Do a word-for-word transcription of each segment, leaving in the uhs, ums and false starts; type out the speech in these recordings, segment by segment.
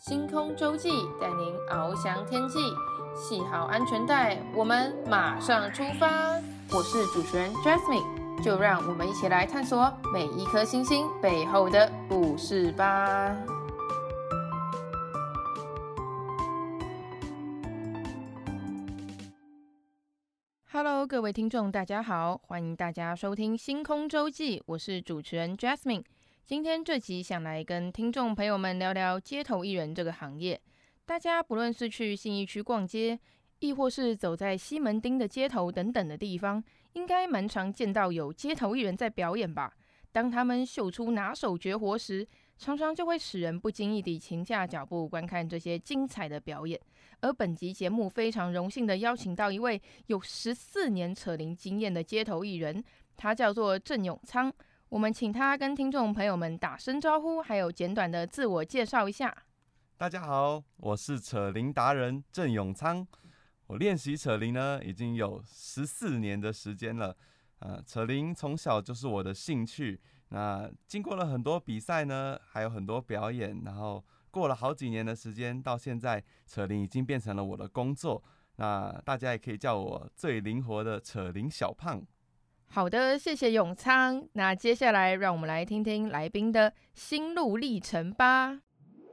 星空周记带您翱翔天际，系好安全带，我们马上出发。我是主持人 Jasmine， 就让我们一起来探索每一颗星星背后的故事吧。Hello， 各位听众，大家好，欢迎大家收听星空周记，我是主持人 Jasmine。今天这集想来跟听众朋友们聊聊街头艺人这个行业。大家不论是去信义区逛街，亦或是走在西门町的街头等等的地方，应该蛮常见到有街头艺人在表演吧。当他们秀出拿手绝活时，常常就会使人不经意地停下脚步观看这些精彩的表演。而本集节目非常荣幸地邀请到一位有十四年扯铃经验的街头艺人，他叫做郑永昌。我们请他跟听众朋友们打声招呼，还有简短的自我介绍一下。 大家好，我是扯铃达人郑永昌。我练习扯铃呢，已经有十四年的时间了。呃，扯铃从小就是我的兴趣。那经过了很多比赛呢，还有很多表演，然后过了好几年的时间，到现在扯铃已经变成了我的工作。那大家也可以叫我最灵活的扯铃小胖。 好的，谢谢永昌。那接下来让我们来听听来宾的心路历程吧。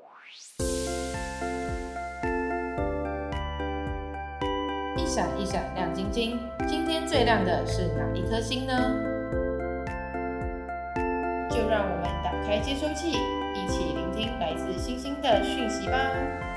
一闪一闪亮晶晶，今天最亮的是哪一颗星呢？就让我们打开接收器，一起聆听来自星星的讯息吧。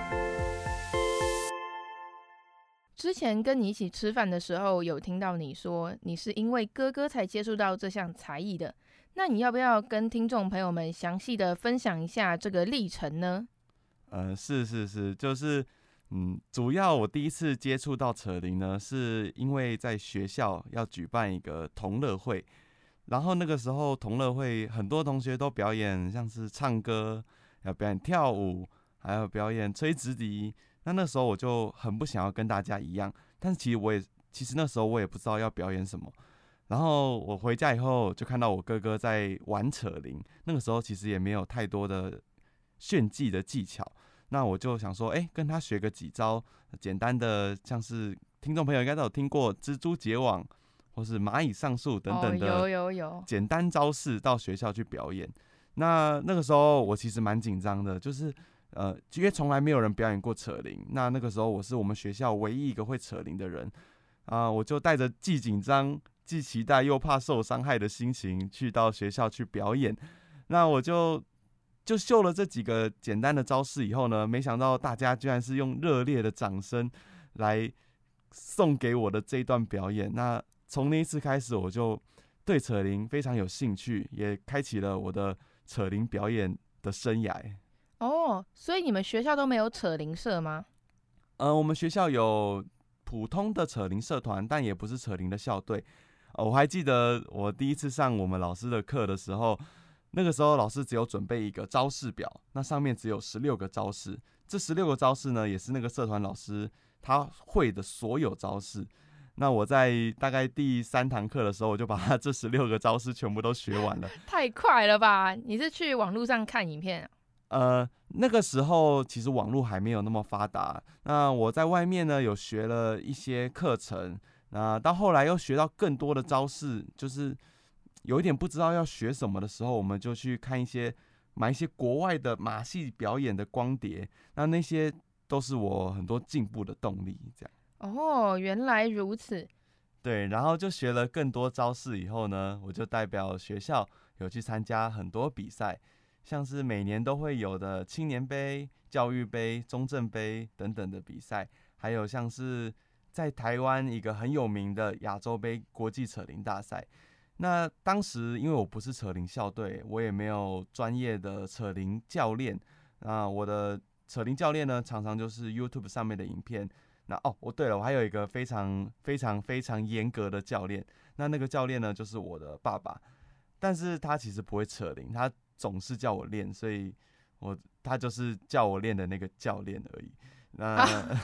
之前跟你一起吃饭的时候，有听到你说你是因为哥哥才接触到这项才艺的，那你要不要跟听众朋友们详细的分享一下这个历程呢？ 呃，是是是，就是嗯，主要我第一次接触到扯铃呢，是因为在学校要举办一个同乐会，然后那个时候同乐会很多同学都表演，像是唱歌，要表演跳舞，还有表演吹直笛。那那时候我就很不想要跟大家一样，但是其实我也其实那时候我也不知道要表演什么。然后我回家以后就看到我哥哥在玩扯铃，那个时候其实也没有太多的炫技的技巧。那我就想说，哎、欸，跟他学个几招简单的，像是听众朋友应该都有听过蜘蛛结网或是蚂蚁上树等等的简单招式到学校去表演。那那个时候我其实蛮紧张的，就是呃，因为从来没有人表演过扯铃。那那个时候我是我们学校唯一一个会扯铃的人啊、呃，我就带着既紧张、既期待又怕受伤害的心情去到学校去表演。那我就就秀了这几个简单的招式以后呢，没想到大家居然是用热烈的掌声来送给我的这一段表演。那从那一次开始，我就对扯铃非常有兴趣，也开启了我的扯铃表演的生涯。 哦，所以你们学校都没有扯铃社吗？ 呃，我们学校有普通的扯铃社团，但也不是扯铃的校队。呃，我还记得我第一次上我们老师的课的时候，那个时候老师只有准备一个招式表，那上面只有十六个招式。这十六个招式呢，也是那个社团老师他会的所有招式。那我在大概第三堂课的时候，我就把他这十六个招式全部都学完了。 太快了吧！你是去网络上看影片啊？ 呃，那个时候其实网络还没有那么发达。那我在外面呢有学了一些课程，那到后来又学到更多的招式，就是有一点不知道要学什么的时候，我们就去看一些买一些国外的马戏表演的光碟，那那些都是我很多进步的动力。这样。 哦，原来如此。 对，然后就学了更多招式以后呢，我就代表学校有去参加很多比赛。像是每年都会有的青年杯、教育杯、中正杯等等的比赛，还有像是在台湾一个很有名的亚洲杯国际扯铃大赛。那当时因为我不是扯铃校队，我也没有专业的扯铃教练，那我的扯铃教练呢，常常就是 YouTube 上面的影片。那哦，哦对了，我还有一个非常非常非常严格的教练，那那个教练呢，就是我的爸爸，但是他其实不会扯铃，他总是叫我练，所以我他就是叫我练的那个教练而已。那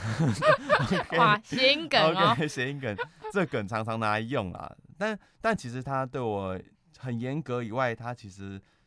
okay, 哇，谐音梗哦 ，OK， 谐音梗，这梗常常拿来用啊。但但其实他对我很严格以外，他其实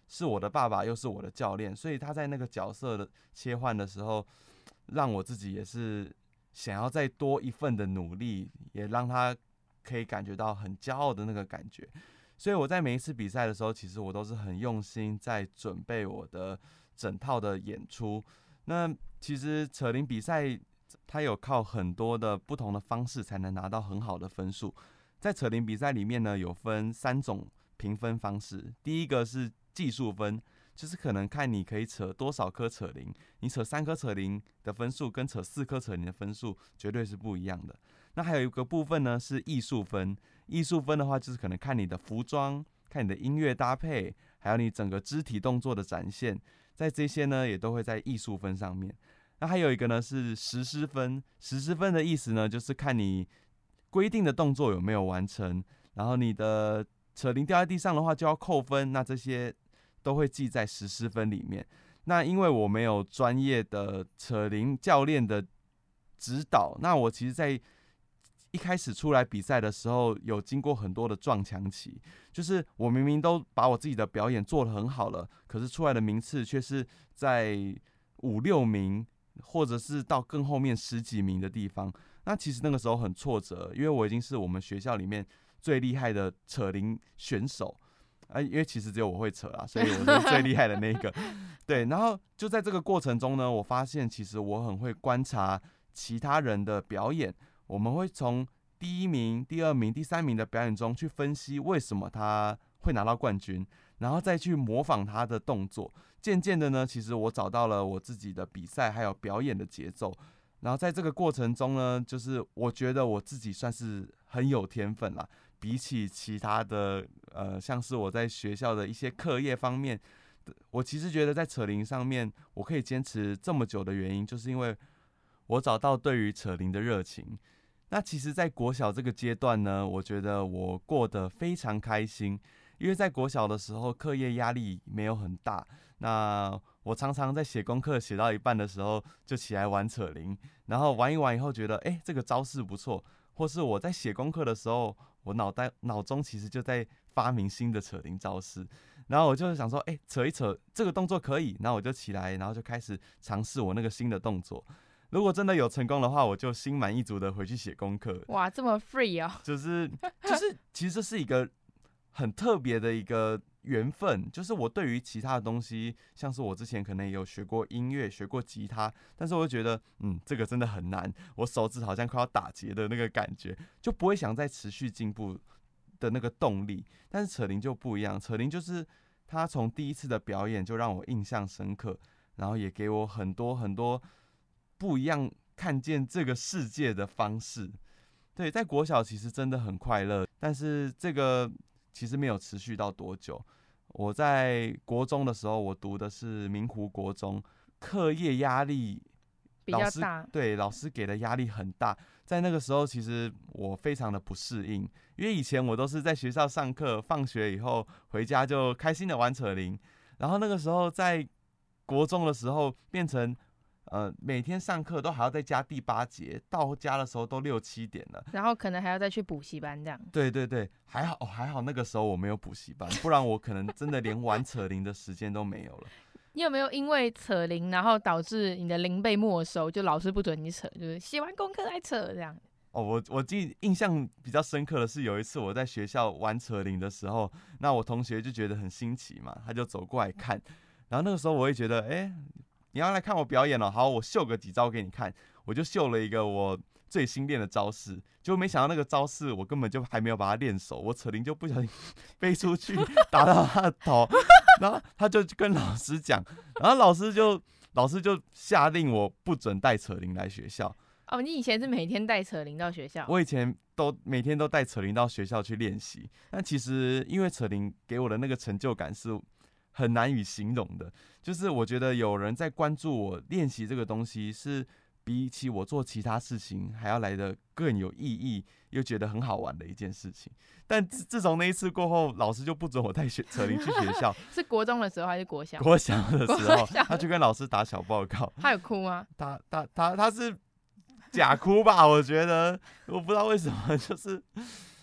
是我的爸爸又是我的教练，所以他在那个角色的切换的时候，让我自己也是想要再多一份的努力，也让他可以感觉到很骄傲的那个感觉。所以我在每一次比赛的时候，其实我都是很用心在准备我的整套的演出。那其实扯铃比赛它有靠很多的不同的方式才能拿到很好的分数。在扯铃比赛里面呢，有分三种评分方式。第一个是技术分，就是可能看你可以扯多少颗扯铃，你扯三颗扯铃的分数跟扯四颗扯铃的分数绝对是不一样的。那还有一个部分呢是艺术分，艺术分的话就是可能看你的服装、看你的音乐搭配，还有你整个肢体动作的展现，在这些呢也都会在艺术分上面。那还有一个呢是实施分，实施分的意思呢就是看你规定的动作有没有完成，然后你的扯铃掉在地上的话就要扣分，那这些都会记在实施分里面。那因为我没有专业的扯铃教练的指导，那我其实在一开始出来比赛的时候有经过很多的撞墙期，就是我明明都把我自己的表演做得很好了，可是出来的名次却是在五六名或者是到更后面十几名的地方。那其实那个时候很挫折，因为我已经是我们学校里面最厉害的扯铃选手，啊，因为其实只有我会扯啊，所以我是最厉害的那个。对，然后就在这个过程中呢，我发现其实我很会观察其他人的表演，我们会从第一名、第二名、第三名的表演中去分析为什么他会拿到冠军，然后再去模仿他的动作。渐渐的呢，其实我找到了我自己的比赛还有表演的节奏。然后在这个过程中呢，就是我觉得我自己算是很有天分啦。比起其他的，呃，像是我在学校的一些课业方面，我其实觉得在扯铃上面，我可以坚持这么久的原因，就是因为我找到对于扯铃的热情。那其实，在国小这个阶段呢，我觉得我过得非常开心，因为在国小的时候，课业压力没有很大。那我常常在写功课写到一半的时候，就起来玩扯铃，然后玩一玩以后觉得，哎、欸，这个招式不错，或是我在写功课的时候，我脑袋脑中其实就在发明新的扯铃招式，然后我就想说，哎、欸，扯一扯这个动作可以，然后我就起来，然后就开始尝试我那个新的动作。如果真的有成功的话，我就心满意足的回去写功课。 哇，这么 free 啊、哦！ 就是就是，其实这是一个很特别的一个缘分，就是我对于其他的东西，像是我之前可能也有学过音乐，学过吉他，但是我就觉得，嗯，这个真的很难，我手指好像快要打结的那个感觉，就不会想再持续进步的那个动力。但是扯铃就不一样，扯铃就是他从第一次的表演就让我印象深刻，然后也给我很多很多不一样看见这个世界的方式。对，在国小其实真的很快乐，但是这个其实没有持续到多久。我在国中的时候，我读的是明湖国中，课业压力比较大， 对，老师给的压力很大。在那个时候，其实我非常的不适应，因为以前我都是在学校上课，放学以后回家就开心的玩扯铃，然后那个时候在国中的时候变成。呃，每天上课都还要再加第八节，到家的时候都六七点了， 然后可能还要再去补习班这样。 对对对，还好、哦、还好那个时候我没有补习班，不然我可能真的连玩扯铃的时间都没有了。 你有没有因为扯铃，然后导致你的铃被没收，就老师不准你扯，就是写完功课再扯这样？ 哦，我我记印象比较深刻的是有一次我在学校玩扯铃的时候，那我同学就觉得很新奇嘛，他就走过来看，然后那个时候我会觉得，哎、欸。你要来看我表演了，好，我秀个几招给你看。我就秀了一个我最新练的招式，结果没想到那个招式我根本就还没有把它练熟，我扯铃就不小心飞出去打到他的头，然后他就跟老师讲，然后老师就老师就下令我不准带扯铃来学校。 哦，你以前是每天带扯铃到学校？ 我以前都每天都带扯铃到学校去练习，但其实因为扯铃给我的那个成就感是很难以形容的，就是我觉得有人在关注我练习这个东西，是比起我做其他事情还要来得更有意义，又觉得很好玩的一件事情。但自自从那一次过后，老师就不准我带扯铃去学校。 是国中的时候还是国小？ 国小的时候，他去跟老师打小报告。 他有哭吗？ 他他他他是假哭吧？我觉得我不知道为什么，就是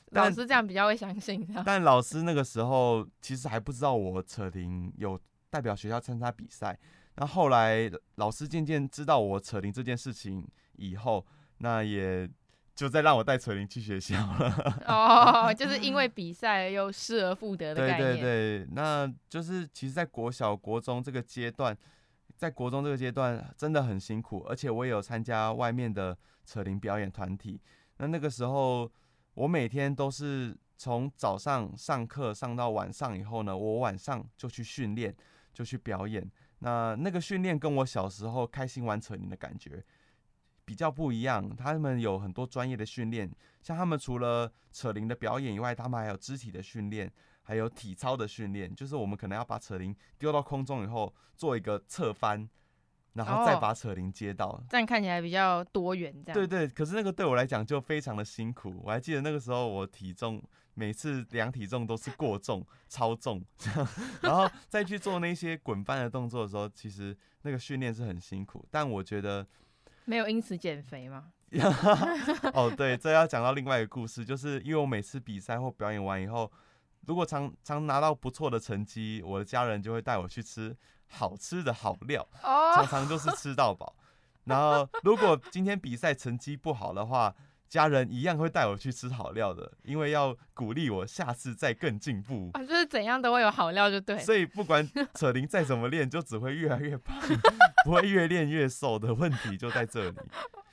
老师这样比较会相信。 但老师那个时候其实还不知道我扯铃有代表学校参加比赛。那后来老师渐渐知道我扯铃这件事情以后，那也就再让我带扯铃去学校了。 哦，就是因为比赛又失而复得的概念。 对对对，那就是其实，在国小、国中这个阶段，在国中这个阶段真的很辛苦，而且我也有参加外面的扯铃表演团体。那那个时候，我每天都是从早上上课上到晚上以后呢，我晚上就去训练，就去表演。那那个训练跟我小时候开心玩扯铃的感觉比较不一样，他们有很多专业的训练，像他们除了扯铃的表演以外，他们还有肢体的训练，还有体操的训练，就是我们可能要把扯铃丢到空中以后做一个侧翻，然后再把扯铃接到，哦， 这样看起来比较多元。这样对对，可是那个对我来讲就非常的辛苦。我还记得那个时候我体重每次量体重都是过重、超重这样，然后再去做那些滚翻的动作的时候，其实那个训练是很辛苦。但我觉得没有因此减肥吗？ 哦，对，这要讲到另外一个故事，就是因为我每次比赛或表演完以后，如果常常拿到不错的成绩，我的家人就会带我去吃好吃的好料， 哦， 常常就是吃到饱。然后如果今天比赛成绩不好的话，家人一样会带我去吃好料的，因为要鼓励我下次再更进步。 啊，就是怎样都会有好料，就对。 所以不管扯铃再怎么练，就只会越来越胖，不会越练越瘦的问题就在这里。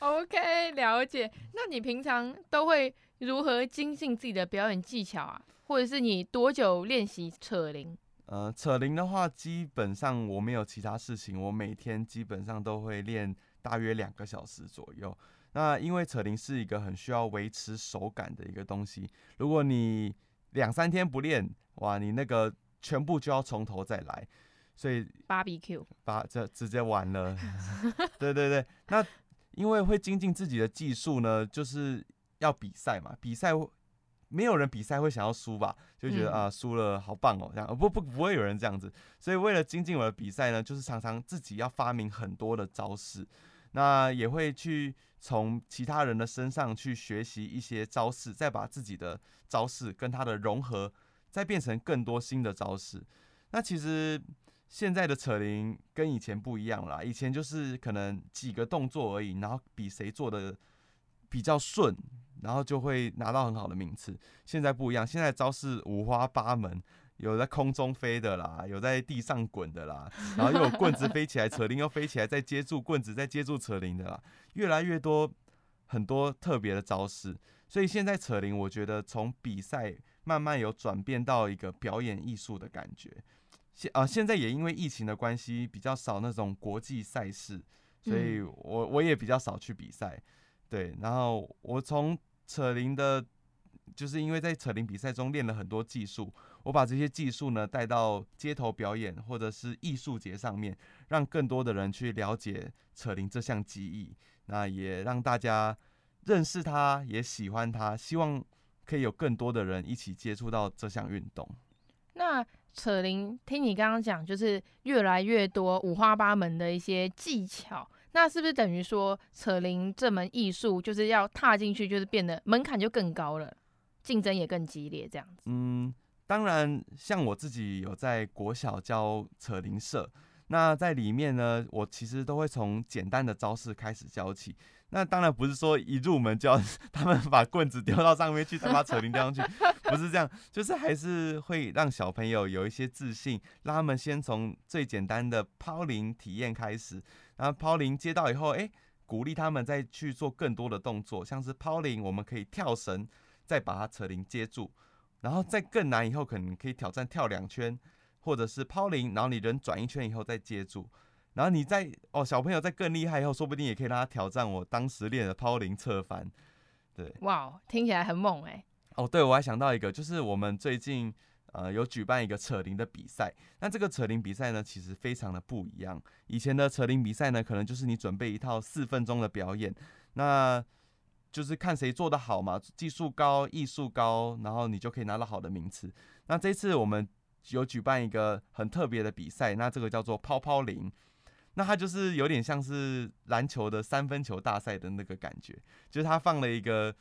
OK， 了解。那你平常都会如何精进自己的表演技巧啊？或者是你多久练习扯铃？ 呃，扯铃的话，基本上我没有其他事情，我每天基本上都会练大约两个小时左右。那因为扯铃是一个很需要维持手感的一个东西，如果你两三天不练，哇，你那个全部就要从头再来，所以 B B Q 把这直接完了。对对对，那因为会精进自己的技术呢，就是要比赛嘛，比赛没有人比赛会想要输吧，就觉得、嗯、啊输了好棒哦，这样不不不会有人这样子，所以为了精进我的比赛呢，就是常常自己要发明很多的招式，那也会去从其他人的身上去学习一些招式，再把自己的招式跟它的融合，再变成更多新的招式。那其实现在的扯铃跟以前不一样啦，以前就是可能几个动作而已，然后比谁做的比较顺，然后就会拿到很好的名次。现在不一样，现在招式五花八门，有在空中飞的啦，有在地上滚的啦，然后又有棍子飞起来，扯铃又飞起来，再接住棍子，再接住扯铃的啦，越来越多很多特别的招式。所以现在扯铃，我觉得从比赛慢慢有转变到一个表演艺术的感觉。现啊，现在也因为疫情的关系，比较少那种国际赛事，所以我我也比较少去比赛。对，然后我从扯铃的，就是因为在扯铃比赛中练了很多技术，我把这些技术呢带到街头表演或者是艺术节上面，让更多的人去了解扯铃这项技艺，那也让大家认识它，也喜欢它，希望可以有更多的人一起接触到这项运动。 那扯铃，听你刚刚讲，就是越来越多五花八门的一些技巧。那是不是等于说扯铃这门艺术就是要踏进去，就是变得门槛就更高了，竞争也更激烈这样子？ 嗯，当然，像我自己有在国小教扯铃社，那在里面呢，我其实都会从简单的招式开始教起。那当然不是说一入门就要他们把棍子丢到上面去，再把扯铃丢上去，不是这样，就是还是会让小朋友有一些自信，让他们先从最简单的抛铃体验开始，然后抛铃接到以后，哎，鼓励他们再去做更多的动作，像是抛铃，我们可以跳绳，再把它扯铃接住，然后再更难以后可能可以挑战跳两圈，或者是抛铃，然后你人转一圈以后再接住。然后你再哦，小朋友再更厉害以后，说不定也可以让他挑战我当时练的抛铃侧翻。对， 哇，听起来很猛哎、欸。 哦，对，我还想到一个，就是我们最近呃有举办一个扯铃的比赛。那这个扯铃比赛呢，其实非常的不一样。以前的扯铃比赛呢，可能就是你准备一套四分钟的表演，那就是看谁做得好嘛，技术高、艺术高，然后你就可以拿到好的名次。那这次我们有举办一个很特别的比赛，那这个叫做抛抛铃。那它就是有点像是篮球的三分球大赛的那个感觉，就是它放了一个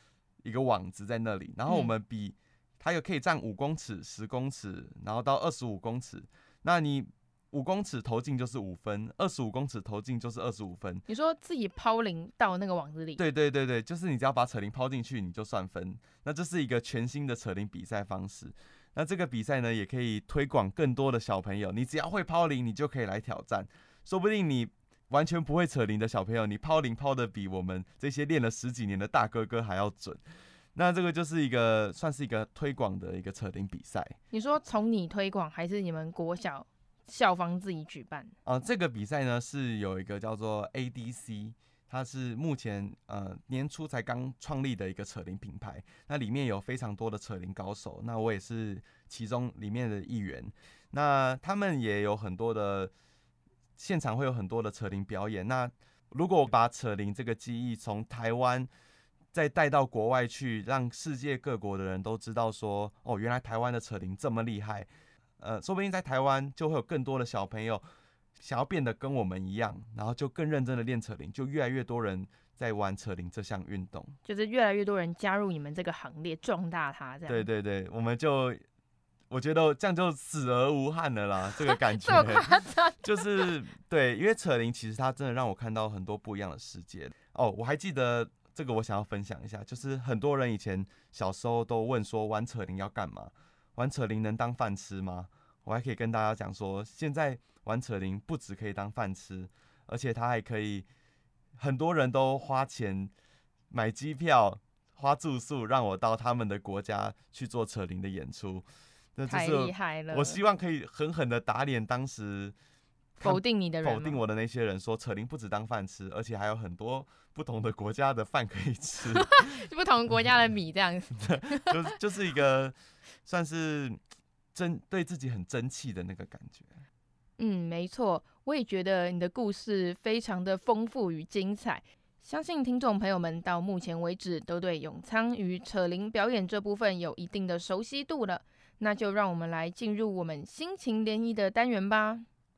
一个网子在那里，然后我们比它有可以站五公尺、十公尺，然后到二十五公尺。那你五公尺投进就是五分，二十五公尺投进就是二十五分。 你说自己抛零到那个网子里？ 对对对对，就是你只要把扯铃抛进去，你就算分。那这是一个全新的扯铃比赛方式。那这个比赛呢，也可以推广更多的小朋友。你只要会抛铃，你就可以来挑战。说不定你完全不会扯铃的小朋友，你抛铃抛的比我们这些练了十几年的大哥哥还要准。那这个就是一个算是一个推广的一个扯铃比赛。 你说从你推广，还是你们国小校方自己举办？ 啊、呃，这个比赛呢是有一个叫做 A D C， 它是目前呃年初才刚创立的一个扯铃品牌。那里面有非常多的扯铃高手，那我也是其中里面的一员。那他们也有很多的现场会有很多的扯铃表演。那如果我把扯铃这个技艺从台湾再带到国外去，让世界各国的人都知道说，哦，原来台湾的扯铃这么厉害。呃，说不定在台湾就会有更多的小朋友想要变得跟我们一样，然后就更认真的练扯铃，就越来越多人在玩扯铃这项运动， 就是越来越多人加入你们这个行列，壮大它这样。 对对对，我们就我觉得这样就死而无憾了啦，这个感觉这么夸张？ 就是对，因为扯铃其实它真的让我看到很多不一样的世界。哦，我还记得这个，我想要分享一下，就是很多人以前小时候都问说，玩扯铃要干嘛？玩扯铃能当饭吃吗？我还可以跟大家讲说，现在玩扯铃不只可以当饭吃，而且它还可以，很多人都花钱买机票、花住宿，让我到他们的国家去做扯铃的演出。那太厉害了！ 我希望可以狠狠的打脸当时否定你的人， 否定我的那些人，说扯铃不只当饭吃，而且还有很多不同的国家的饭可以吃， 不同国家的米这样子， 就就是一个算是真对自己很争气的那个感觉。 嗯，没错，我也觉得你的故事非常的丰富与精彩。相信听众朋友们到目前为止都对永昌与扯铃表演这部分有一定的熟悉度了，那就让我们来进入我们心情涟漪的单元吧。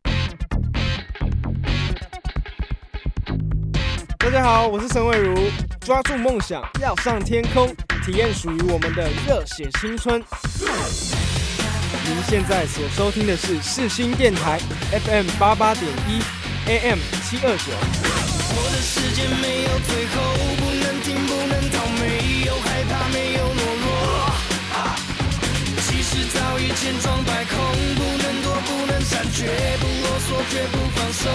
大家好，我是沈伟如，抓住梦想，要上天空，体验属于我们的热血青春。您现在所收听的是世新电台 F M 八八点一 A M 七二九。 我的世界没有最后，不能停，不能逃，没有害怕，没有懦弱。其实早已千疮百孔，不能躲，不能闪，绝不啰嗦，绝不放手。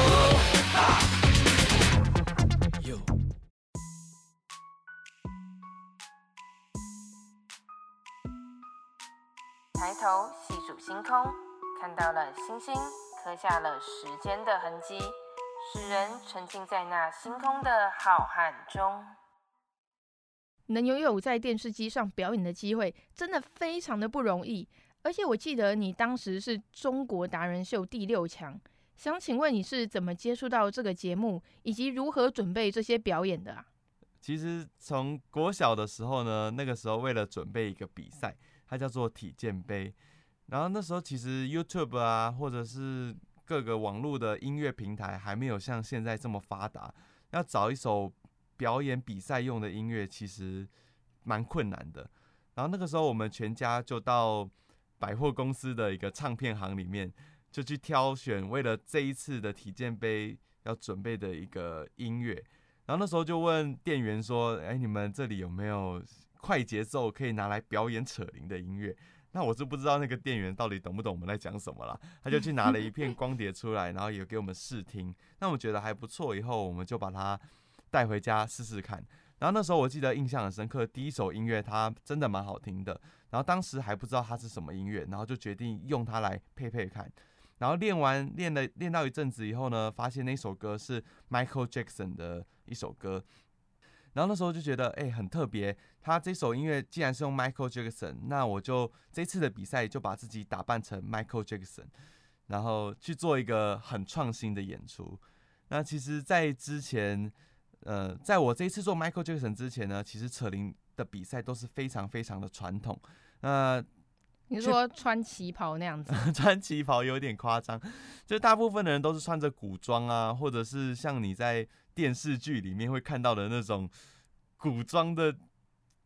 抬头细数星空，看到了星星，刻下了时间的痕迹，使人沉浸在那星空的浩瀚中。能拥有在电视机上表演的机会，真的非常的不容易。而且我记得你当时是中国达人秀第六强，想请问你是怎么接触到这个节目，以及如何准备这些表演的啊？ 其实从国小的时候呢，那个时候为了准备一个比赛，它叫做体健杯。然后那时候其实 YouTube 啊，或者是各个网络的音乐平台还没有像现在这么发达，要找一首表演比赛用的音乐其实蛮困难的。然后那个时候我们全家就到百货公司的一个唱片行里面，就去挑选为了这一次的体健杯要准备的一个音乐。然后那时候就问店员说：“哎，你们这里有没有快节奏可以拿来表演扯铃的音乐？”那我是不知道那个店员到底懂不懂我们在讲什么啦，他就去拿了一片光碟出来，然后也给我们试听。那我们觉得还不错，以后我们就把它带回家试试看。然后那时候我记得印象很深刻，第一首音乐它真的蛮好听的，然后当时还不知道它是什么音乐，然后就决定用它来配配看。然后练完练了练到一阵子以后呢，发现那首歌是 Michael Jackson 的一首歌，然后那时候就觉得哎、欸、很特别，他这首音乐既然是用 Michael Jackson， 那我就这次的比赛就把自己打扮成 Michael Jackson， 然后去做一个很创新的演出。那其实在之前呃，在我这一次做 Michael Jackson 之前呢，其实扯铃的比赛都是非常非常的传统。那你说穿旗袍那样子？ 穿旗袍有点夸张，就大部分的人都是穿着古装啊，或者是像你在电视剧里面会看到的那种古装的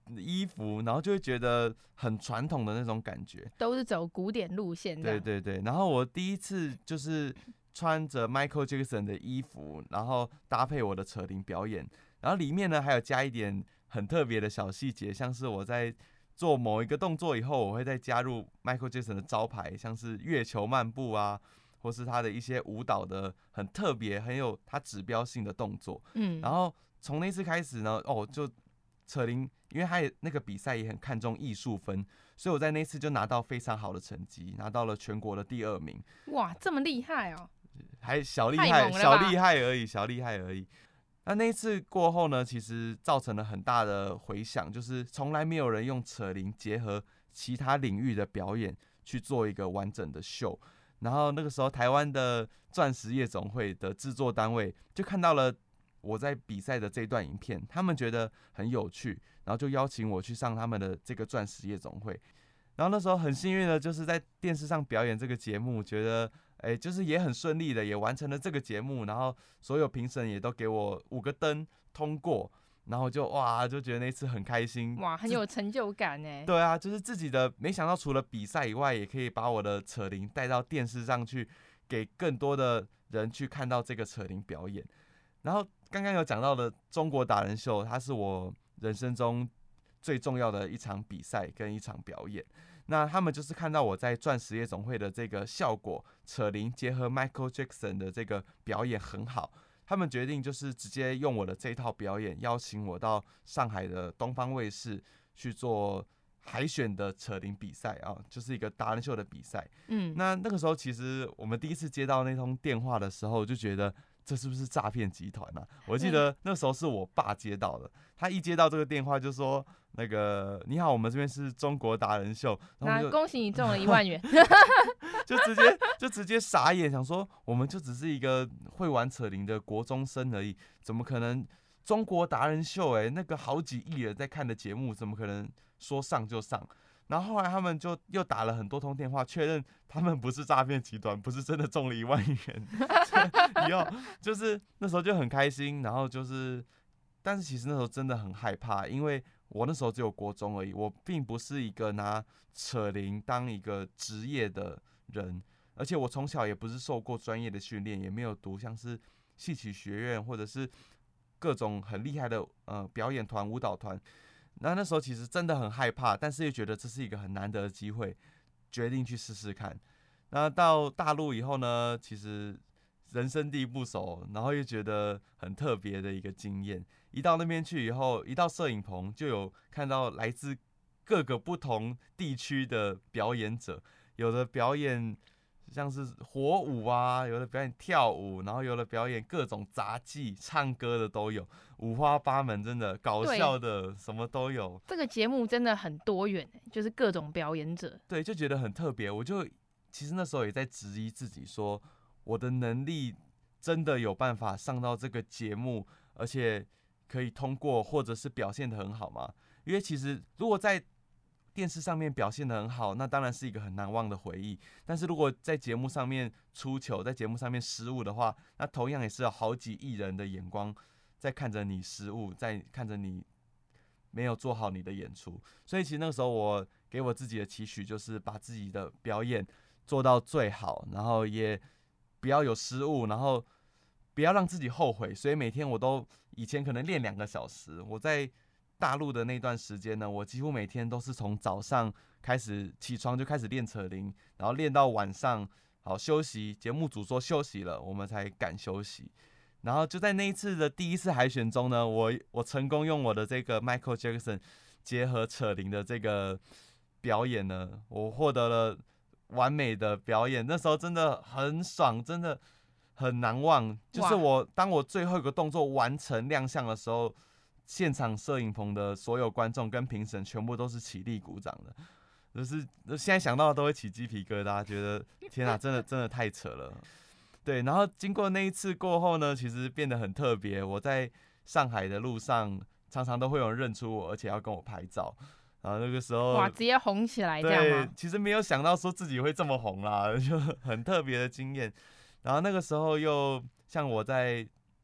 衣服，然后就会觉得很传统的那种感觉， 都是走古典路线的。 对对对，然后我第一次就是穿着 Michael Jackson 的衣服，然后搭配我的扯铃表演，然后里面呢还有加一点很特别的小细节，像是我在做某一个动作以后，我会再加入 Michael Jackson 的招牌，像是月球漫步啊，或是他的一些舞蹈的很特别、很有他指标性的动作。嗯，然后从那次开始呢，哦，就扯铃，因为他也那个比赛也很看重艺术分，所以我在那次就拿到非常好的成绩，拿到了全国的第二名。 哇，这么厉害哦！ 还小厉害，小厉害而已，小厉害而已。那那一次过后呢，其实造成了很大的回响，就是从来没有人用扯铃结合其他领域的表演去做一个完整的秀。然后那个时候，台湾的钻石夜总会的制作单位就看到了我在比赛的这段影片，他们觉得很有趣，然后就邀请我去上他们的这个钻石夜总会。然后那时候很幸运的，就是在电视上表演这个节目，觉得哎、欸，就是也很顺利的，也完成了这个节目。然后所有评审也都给我五个灯通过，然后就哇，就觉得那次很开心， 哇，很有成就感哎。 对啊，就是自己的，没想到除了比赛以外，也可以把我的扯铃带到电视上去，给更多的人去看到这个扯铃表演。然后刚刚有讲到的中国达人秀，它是我人生中最重要的一场比赛跟一场表演。那他们就是看到我在钻石夜总会的这个效果，扯铃结合 Michael Jackson 的这个表演很好，他们决定就是直接用我的这一套表演，邀请我到上海的东方卫视去做海选的扯铃比赛啊，就是一个达人秀的比赛。嗯，那那个时候其实我们第一次接到那通电话的时候，就觉得这是不是诈骗集团啊？我记得那时候是我爸接到的，他一接到这个电话就说：“那个你好，我们这边是中国达人秀。” 那恭喜你中了一万元， 就直接就直接傻眼，想说我们就只是一个会玩扯铃的国中生而已，怎么可能中国达人秀、欸？哎，那个好几亿人在看的节目，怎么可能说上就上？然后后来他们就又打了很多通电话，确认他们不是诈骗集团，不是真的中了一万元。以后就是那时候就很开心，然后就是，但是其实那时候真的很害怕，因为我那时候只有国中而已，我并不是一个拿扯铃当一个职业的人，而且我从小也不是受过专业的训练，也没有读像是戏曲学院或者是各种很厉害的呃表演团、舞蹈团。那那时候其实真的很害怕，但是又觉得这是一个很难得的机会，决定去试试看。那到大陆以后呢，其实人生地不熟，然后又觉得很特别的一个经验。一到那边去以后，一到摄影棚就有看到来自各个不同地区的表演者，有的表演像是火舞啊，有的表演跳舞，然后有的表演各种杂技、唱歌的都有，五花八门，真的搞笑的什么都有。 这个节目真的很多元，就是各种表演者。 对，就觉得很特别。我就其实那时候也在质疑自己说，我的能力真的有办法上到这个节目，而且可以通过，或者是表现得很好吗？因为其实如果在电视上面表现得很好，那当然是一个很难忘的回忆。但是如果在节目上面出糗，在节目上面失误的话，那同样也是有好几亿人的眼光在看着你失误，在看着你没有做好你的演出。所以其实那个时候我给我自己的期许就是把自己的表演做到最好，然后也不要有失误，然后不要让自己后悔。所以每天我都以前可能练两个小时，我在大陆的那段时间呢，我几乎每天都是从早上开始起床就开始练扯铃，然后练到晚上，好休息，节目组说休息了，我们才敢休息。然后就在那一次的第一次海选中呢，我我成功用我的这个 Michael Jackson 结合扯铃的这个表演呢，我获得了完美的表演。那时候真的很爽，真的很难忘。就是我当我最后一个动作完成亮相的时候，现场摄影棚的所有观众跟评审全部都是起立鼓掌的，就是现在想到都会起鸡皮疙瘩，觉得天啊，真的真的太扯了。对，然后经过那一次过后呢，其实变得很特别。我在上海的路上，常常都会有人认出我，而且要跟我拍照。然后那个时候， 哇，直接红起来这样吗？ 对，其实没有想到说自己会这么红啦，就很特别的经验。然后那个时候又像我在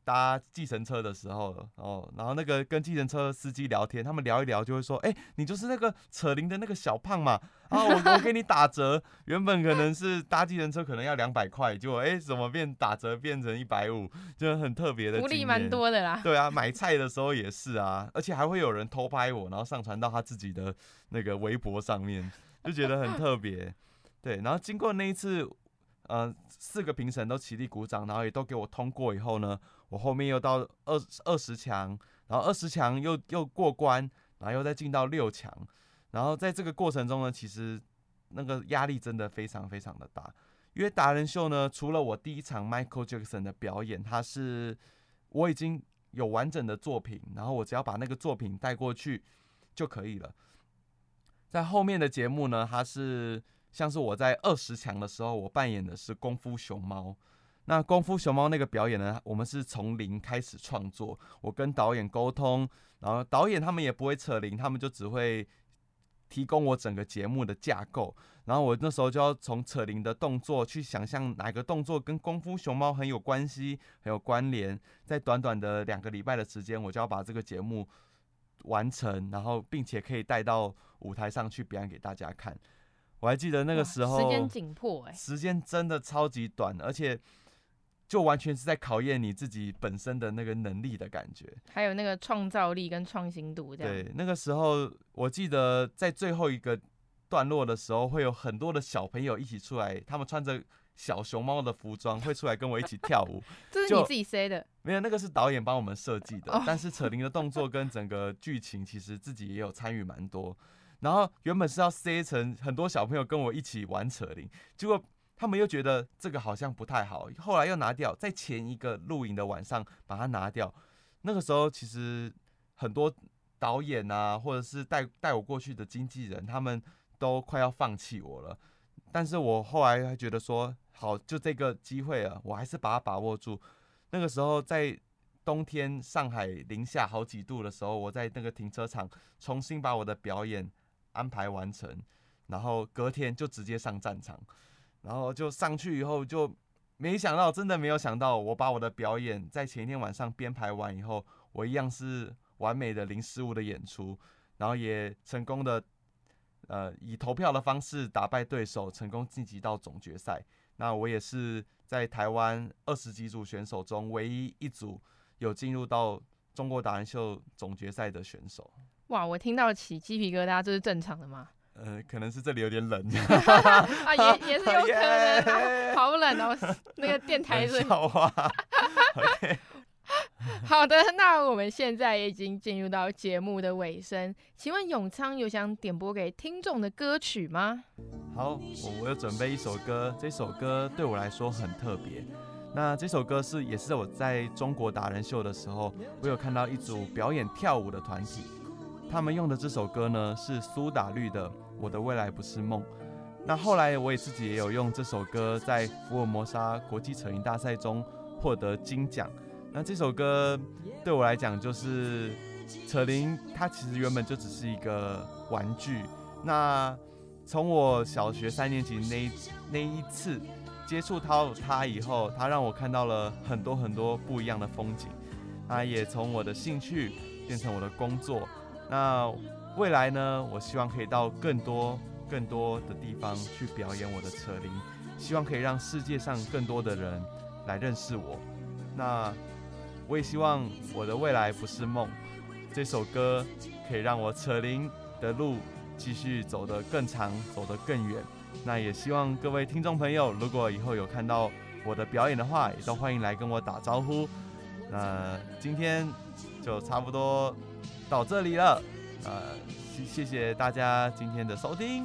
搭计程车的时候哦，然后那个跟计程车司机聊天，他们聊一聊就会说，哎、欸，你就是那个扯铃的那个小胖嘛，啊，我我给你打折，原本可能是搭计程车可能要两百块，结果哎、欸，怎么变打折变成一百五，就很特别的经验， 福利蛮多的啦。 对啊，买菜的时候也是啊，而且还会有人偷拍我，然后上传到他自己的那个微博上面，就觉得很特别。对，然后经过那一次。呃，四个评审都起立鼓掌，然后也都给我通过以后呢，我后面又到二二十强，然后二十强又又过关，然后又再进到六强，然后在这个过程中呢，其实那个压力真的非常非常的大，因为达人秀呢，除了我第一场 Michael Jackson 的表演，它是我已经有完整的作品，然后我只要把那个作品带过去就可以了。在后面的节目呢，它是。像是我在二十强的时候，我扮演的是功夫熊猫。那功夫熊猫那个表演呢，我们是从零开始创作。我跟导演沟通，然后导演他们也不会扯铃，他们就只会提供我整个节目的架构。然后我那时候就要从扯铃的动作去想象哪个动作跟功夫熊猫很有关系、很有关联。在短短的两个礼拜的时间，我就要把这个节目完成，然后并且可以带到舞台上去表演给大家看。我还记得那个时候， 时间紧迫哎， 时间真的超级短，而且就完全是在考验你自己本身的那个能力的感觉， 还有那个创造力跟创新度这样。 对，那个时候我记得在最后一个段落的时候，会有很多的小朋友一起出来，他们穿着小熊猫的服装，会出来跟我一起跳舞。 这是你自己塞的？ 没有，那个是导演帮我们设计的， 哦、 但是扯铃的动作跟整个剧情，其实自己也有参与蛮多。然后原本是要塞成很多小朋友跟我一起玩扯铃，结果他们又觉得这个好像不太好，后来又拿掉，在前一个录影的晚上把它拿掉。那个时候其实很多导演啊，或者是带带我过去的经纪人，他们都快要放弃我了。但是我后来还觉得说，好，就这个机会了，我还是把它把握住。那个时候在冬天上海零下好几度的时候，我在那个停车场重新把我的表演安排完成，然后隔天就直接上战场，然后就上去以后就没想到，真的没有想到，我把我的表演在前一天晚上编排完以后，我一样是完美的零失误的演出，然后也成功的呃以投票的方式打败对手，成功晋级到总决赛。那我也是在台湾二十几组选手中唯一一组有进入到中国达人秀总决赛的选手。 哇，我听到起鸡皮疙瘩，这是正常的吗？ 呃，可能是这里有点冷啊，也也是有可能，啊、好冷哦，那个电台是笑话。okay. 好的，那我们现在已经进入到节目的尾声，请问永昌有想点播给听众的歌曲吗？ 好，我我有准备一首歌，这首歌对我来说很特别。那这首歌是也是我在中国达人秀的时候，我有看到一组表演跳舞的团体。他们用的这首歌呢是苏打绿的《我的未来不是梦》。那后来我也自己也有用这首歌在福尔摩沙国际扯铃大赛中获得金奖。那这首歌对我来讲就是扯铃，它其实原本就只是一个玩具。那从我小学三年级那一那一次接触到它以后，它让我看到了很多很多不一样的风景。它也从我的兴趣变成我的工作。那未来呢，我希望可以到更多更多的地方去表演我的扯铃，希望可以让世界上更多的人来认识我。那我也希望我的未来不是梦，这首歌可以让我扯铃的路继续走得更长，走得更远。那也希望各位听众朋友，如果以后有看到我的表演的话，也都欢迎来跟我打招呼。那今天就差不多到这里了，呃，谢谢大家今天的收听。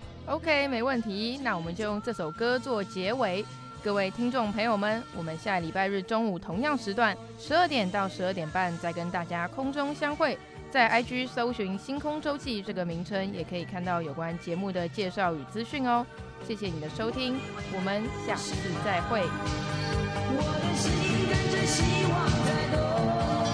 OK， 没问题，那我们就用这首歌做结尾。各位听众朋友们，我们下礼拜日中午同样时段，十二点到十二点半再跟大家空中相会。在 I G 搜寻星空周记这个名称，也可以看到有关节目的介绍与资讯哦。谢谢你的收听，我们下次再会。我的心跟着希望在动。